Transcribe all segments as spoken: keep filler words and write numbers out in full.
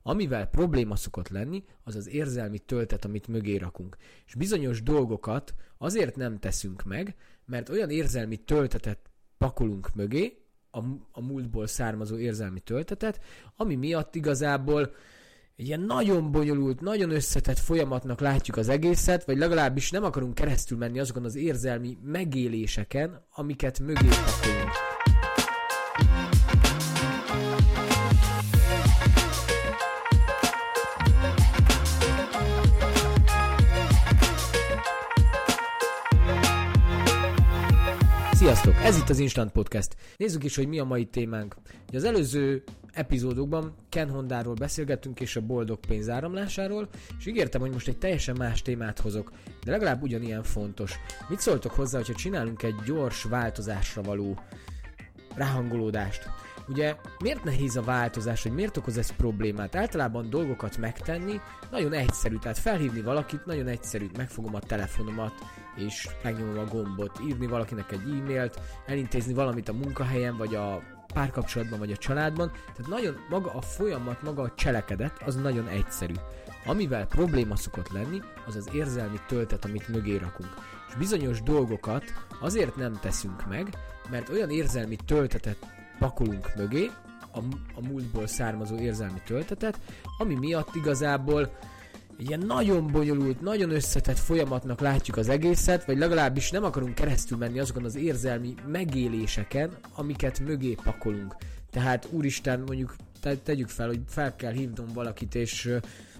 Amivel probléma szokott lenni, az az érzelmi töltet, amit mögé rakunk. És bizonyos dolgokat azért nem teszünk meg, mert olyan érzelmi töltetet pakolunk mögé, a, a múltból származó érzelmi töltetet, ami miatt igazából egy ilyen nagyon bonyolult, nagyon összetett folyamatnak látjuk az egészet, vagy legalábbis nem akarunk keresztül menni azokon az érzelmi megéléseken, amiket mögé pakolunk. Sziasztok! Ez itt az Instant Podcast. Nézzük is, hogy mi a mai témánk. Az előző epizódokban Ken Hondáról beszélgettünk és a boldog pénz áramlásáról, és ígértem, hogy most egy teljesen más témát hozok, de legalább ugyanilyen fontos. Mit szóltok hozzá, hogyha csinálunk egy gyors változásra való ráhangolódást? Ugye miért nehéz a változás, hogy miért okoz ez problémát? Általában dolgokat megtenni nagyon egyszerű, tehát felhívni valakit nagyon egyszerű, megfogom a telefonomat és megnyomom a gombot, írni valakinek egy e-mailt, elintézni valamit a munkahelyen, vagy a párkapcsolatban, vagy a családban, tehát nagyon maga a folyamat, maga a cselekedet, az nagyon egyszerű. Amivel probléma szokott lenni, az az érzelmi töltet, amit mögé rakunk. És bizonyos dolgokat azért nem teszünk meg, mert olyan érzelmi töltetet pakolunk mögé, a, a múltból származó érzelmi töltetet, ami miatt igazából egy ilyen nagyon bonyolult, nagyon összetett folyamatnak látjuk az egészet, vagy legalábbis nem akarunk keresztül menni azokon az érzelmi megéléseken, amiket mögé pakolunk. Tehát úristen, mondjuk te- tegyük fel, hogy fel kell hívnom valakit, és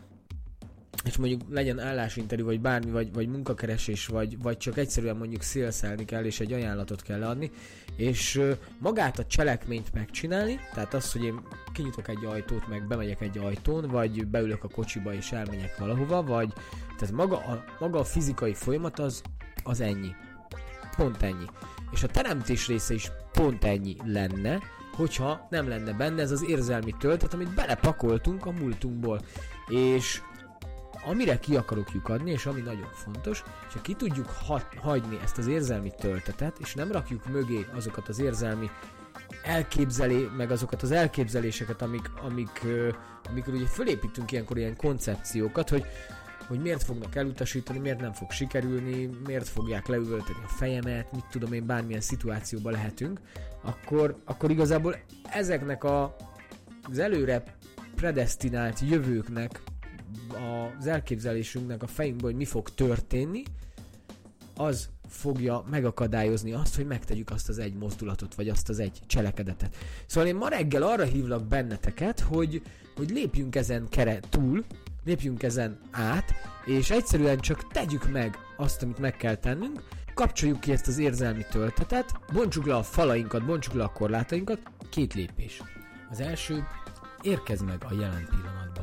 és mondjuk legyen állásinterjú, vagy bármi, vagy, vagy munkakeresés, vagy, vagy csak egyszerűen mondjuk szélszelni kell, és egy ajánlatot kell adni, és magát a cselekményt megcsinálni, tehát az, hogy én kinyitok egy ajtót, meg bemegyek egy ajtón, vagy beülök a kocsiba, és elmegyek valahova, vagy tehát maga a, maga a fizikai folyamat az, az ennyi. Pont ennyi. És a teremtés része is pont ennyi lenne, hogyha nem lenne benne ez az érzelmi töltet, amit belepakoltunk a múltunkból. És amire ki akarok lyukadni, és ami nagyon fontos, hogyha ki tudjuk ha- hagyni ezt az érzelmi töltetet, és nem rakjuk mögé azokat az érzelmi elképzelé, meg azokat az elképzeléseket, amik, amik, uh, amikor ugye fölépítünk ilyenkor ilyen koncepciókat, hogy, hogy miért fognak elutasítani, miért nem fog sikerülni, miért fogják leüvölteni a fejemet, mit tudom én, bármilyen szituációban lehetünk, akkor, akkor igazából ezeknek a, az előre predesztinált jövőknek, az elképzelésünknek a fejünkből, hogy mi fog történni, az fogja megakadályozni azt, hogy megtegyük azt az egy mozdulatot, vagy azt az egy cselekedetet. Szóval én ma reggel arra hívlak benneteket, hogy, hogy lépjünk ezen kere túl, lépjünk ezen át, és egyszerűen csak tegyük meg azt, amit meg kell tennünk, kapcsoljuk ki ezt az érzelmi töltetet, bontsuk le a falainkat, bontsuk le a korlátainkat. Két lépés. Az első, érkezz meg a jelen pillanatba.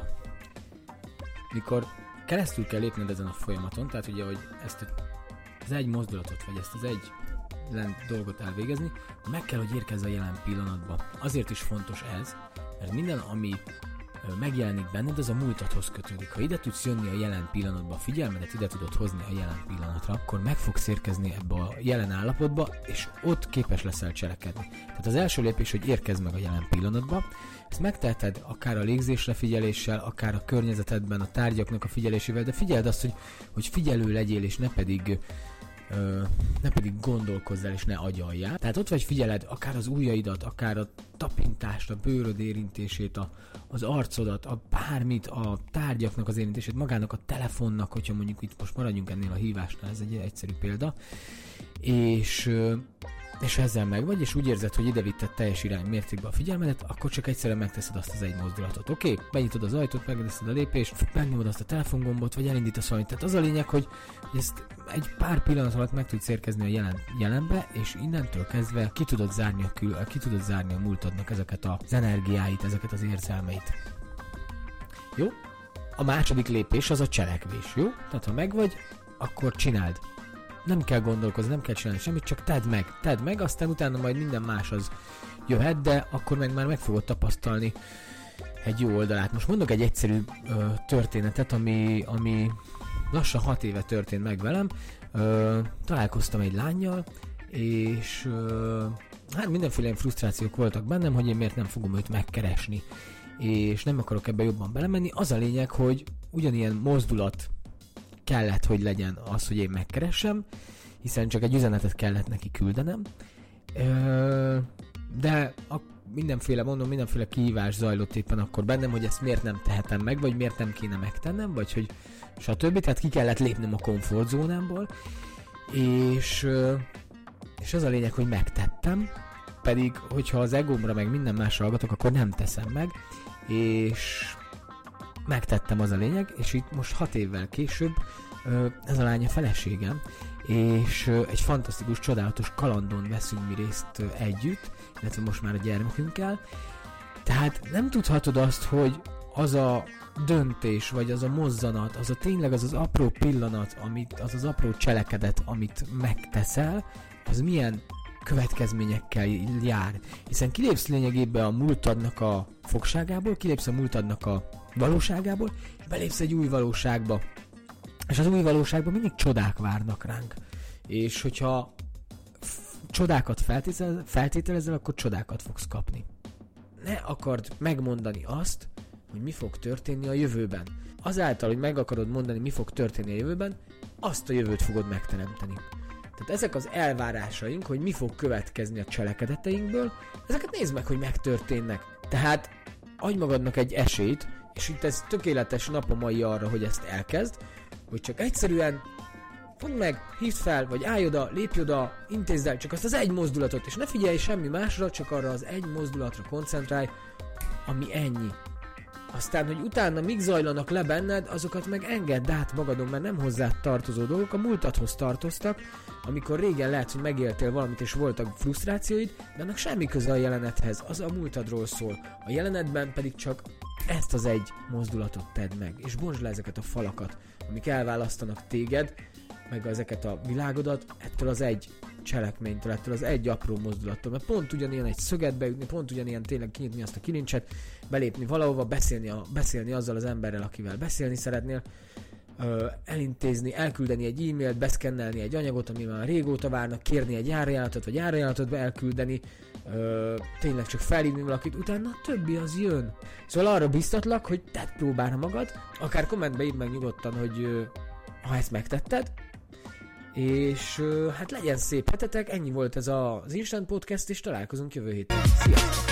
Mikor keresztül kell lépned ezen a folyamaton, tehát ugye, hogy ezt az egy mozdulatot, vagy ezt az egy dolgot elvégezni, meg kell, hogy érkezz a jelen pillanatba. Azért is fontos ez, mert minden, ami megjelenik benned, az a múltadhoz kötődik. Ha ide tudsz jönni a jelen pillanatba, a figyelmedet ide tudod hozni a jelen pillanatra, akkor meg fogsz érkezni ebbe a jelen állapotba, és ott képes leszel cselekedni. Tehát az első lépés, hogy érkezz meg a jelen pillanatba. Ezt megteheted akár a légzésre figyeléssel, akár a környezetedben, a tárgyaknak a figyelésével, de figyeld azt, hogy, hogy figyelő legyél, és ne pedig, ö, ne pedig gondolkozz el, és ne agyaljál. Tehát ott vagy, figyeled akár az ujjaidat, akár a tapintást, a bőröd érintését, a, az arcodat, a bármit, a tárgyaknak az érintését, magának a telefonnak, hogyha mondjuk itt most maradjunk ennél a hívásnál, ez egy egyszerű példa, és... Ö, és ezzel meg vagy, és úgy érzed, hogy ide vitted teljes irány mértékben a figyelmedet, akkor csak egyszerűen megteszed azt az egy mozdulatot. Oké, okay? Benyitod az ajtót, megteszed a lépést, megnyomod azt a telefongombot, vagy elindítasz valamit. Tehát az a lényeg, hogy ezt egy pár pillanat alatt meg tudsz érkezni a jelen, jelenbe, és innentől kezdve ki tudod zárni a, kül, ki tudod zárni a múltadnak ezeket az energiáit, ezeket az érzelmeit. Jó? A második lépés az a cselekvés, jó? Tehát ha megvagy, akkor csináld. Nem kell gondolkozni, nem kell csinálni semmit, csak tedd meg, tedd meg, aztán utána majd minden más az jöhet, de akkor meg már meg fogod tapasztalni egy jó oldalát. Most mondok egy egyszerű ö, történetet, ami, ami lassan hat éve történt meg velem. Ö, találkoztam egy lánnyal, és ö, hát mindenféle frusztrációk voltak bennem, hogy én miért nem fogom őt megkeresni. és nem akarok ebbe jobban belemenni. Az a lényeg, hogy ugyanilyen mozdulat kellett, hogy legyen az, hogy én megkeressem, hiszen csak egy üzenetet kellett neki küldenem. De a mindenféle, mondom, mindenféle kihívás zajlott éppen akkor bennem, hogy ezt miért nem tehetem meg, vagy miért nem kéne megtennem, vagy hogy stb. Tehát ki kellett lépnem a komfortzónámból, és, és az a lényeg, hogy megtettem, pedig hogyha az egómra meg minden másra hallgatok, akkor nem teszem meg, és megtettem, az a lényeg, és itt most hat évvel később ez a lány a feleségem, és egy fantasztikus, csodálatos kalandon veszünk mi részt együtt, illetve most már a gyermekünkkel. Tehát nem tudhatod azt, hogy az a döntés, vagy az a mozzanat, az a tényleg az az apró pillanat, amit, az az apró cselekedet, amit megteszel, az milyen következményekkel jár. Hiszen kilépsz lényegében a múltadnak a fogságából, kilépsz a múltadnak a valóságából, és belépsz egy új valóságba. És az új valóságban mindig csodák várnak ránk. És hogyha f- csodákat feltétel- feltételezel, akkor csodákat fogsz kapni. Ne akard megmondani azt, hogy mi fog történni a jövőben. Azáltal, hogy meg akarod mondani, mi fog történni a jövőben, azt a jövőt fogod megteremteni. Tehát ezek az elvárásaink, hogy mi fog következni a cselekedeteinkből, ezeket nézd meg, hogy megtörténnek. Tehát adj magadnak egy esélyt, és itt ez tökéletes nap a mai arra, hogy ezt elkezd, hogy csak egyszerűen fogd meg, hívd fel, vagy állj oda, lépj oda, intézd el csak azt az egy mozdulatot, és ne figyelj semmi másra, csak arra az egy mozdulatra koncentrálj, ami ennyi. Aztán, hogy utána mik zajlanak le benned, azokat meg engedd át magadon, mert nem hozzád tartozó dolgok, a múltadhoz tartoztak, amikor régen lehet, hogy megéltél valamit és voltak frusztrációid, de annak semmi köze a jelenethez, az a múltadról szól. A jelenetben pedig csak ezt az egy mozdulatot tedd meg, és bontsd le ezeket a falakat, amik elválasztanak téged, meg ezeket a világodat ettől az egy cselekménytől, ettől az egy apró mozdulattól, mert pont ugyanilyen egy szöget beütni, pont ugyanilyen tényleg kinyitni azt a kilincset, belépni valahova, beszélni, a, beszélni azzal az emberrel, akivel beszélni szeretnél, ö, elintézni, elküldeni egy e-mailt, beszkennelni egy anyagot, ami már régóta várnak, kérni egy árajánlatot, vagy árajánlatot elküldeni, ö, tényleg csak felhívni valakit, utána a többi az jön. Szóval arra biztatlak, hogy tedd próbálra magad, akár kommentbe írd meg nyugodtan, hogy ö, ha ezt megtetted, és ö, hát legyen szép hetetek, ennyi volt ez az Instant Podcast, és találkozunk jövő héten. Sziasztok!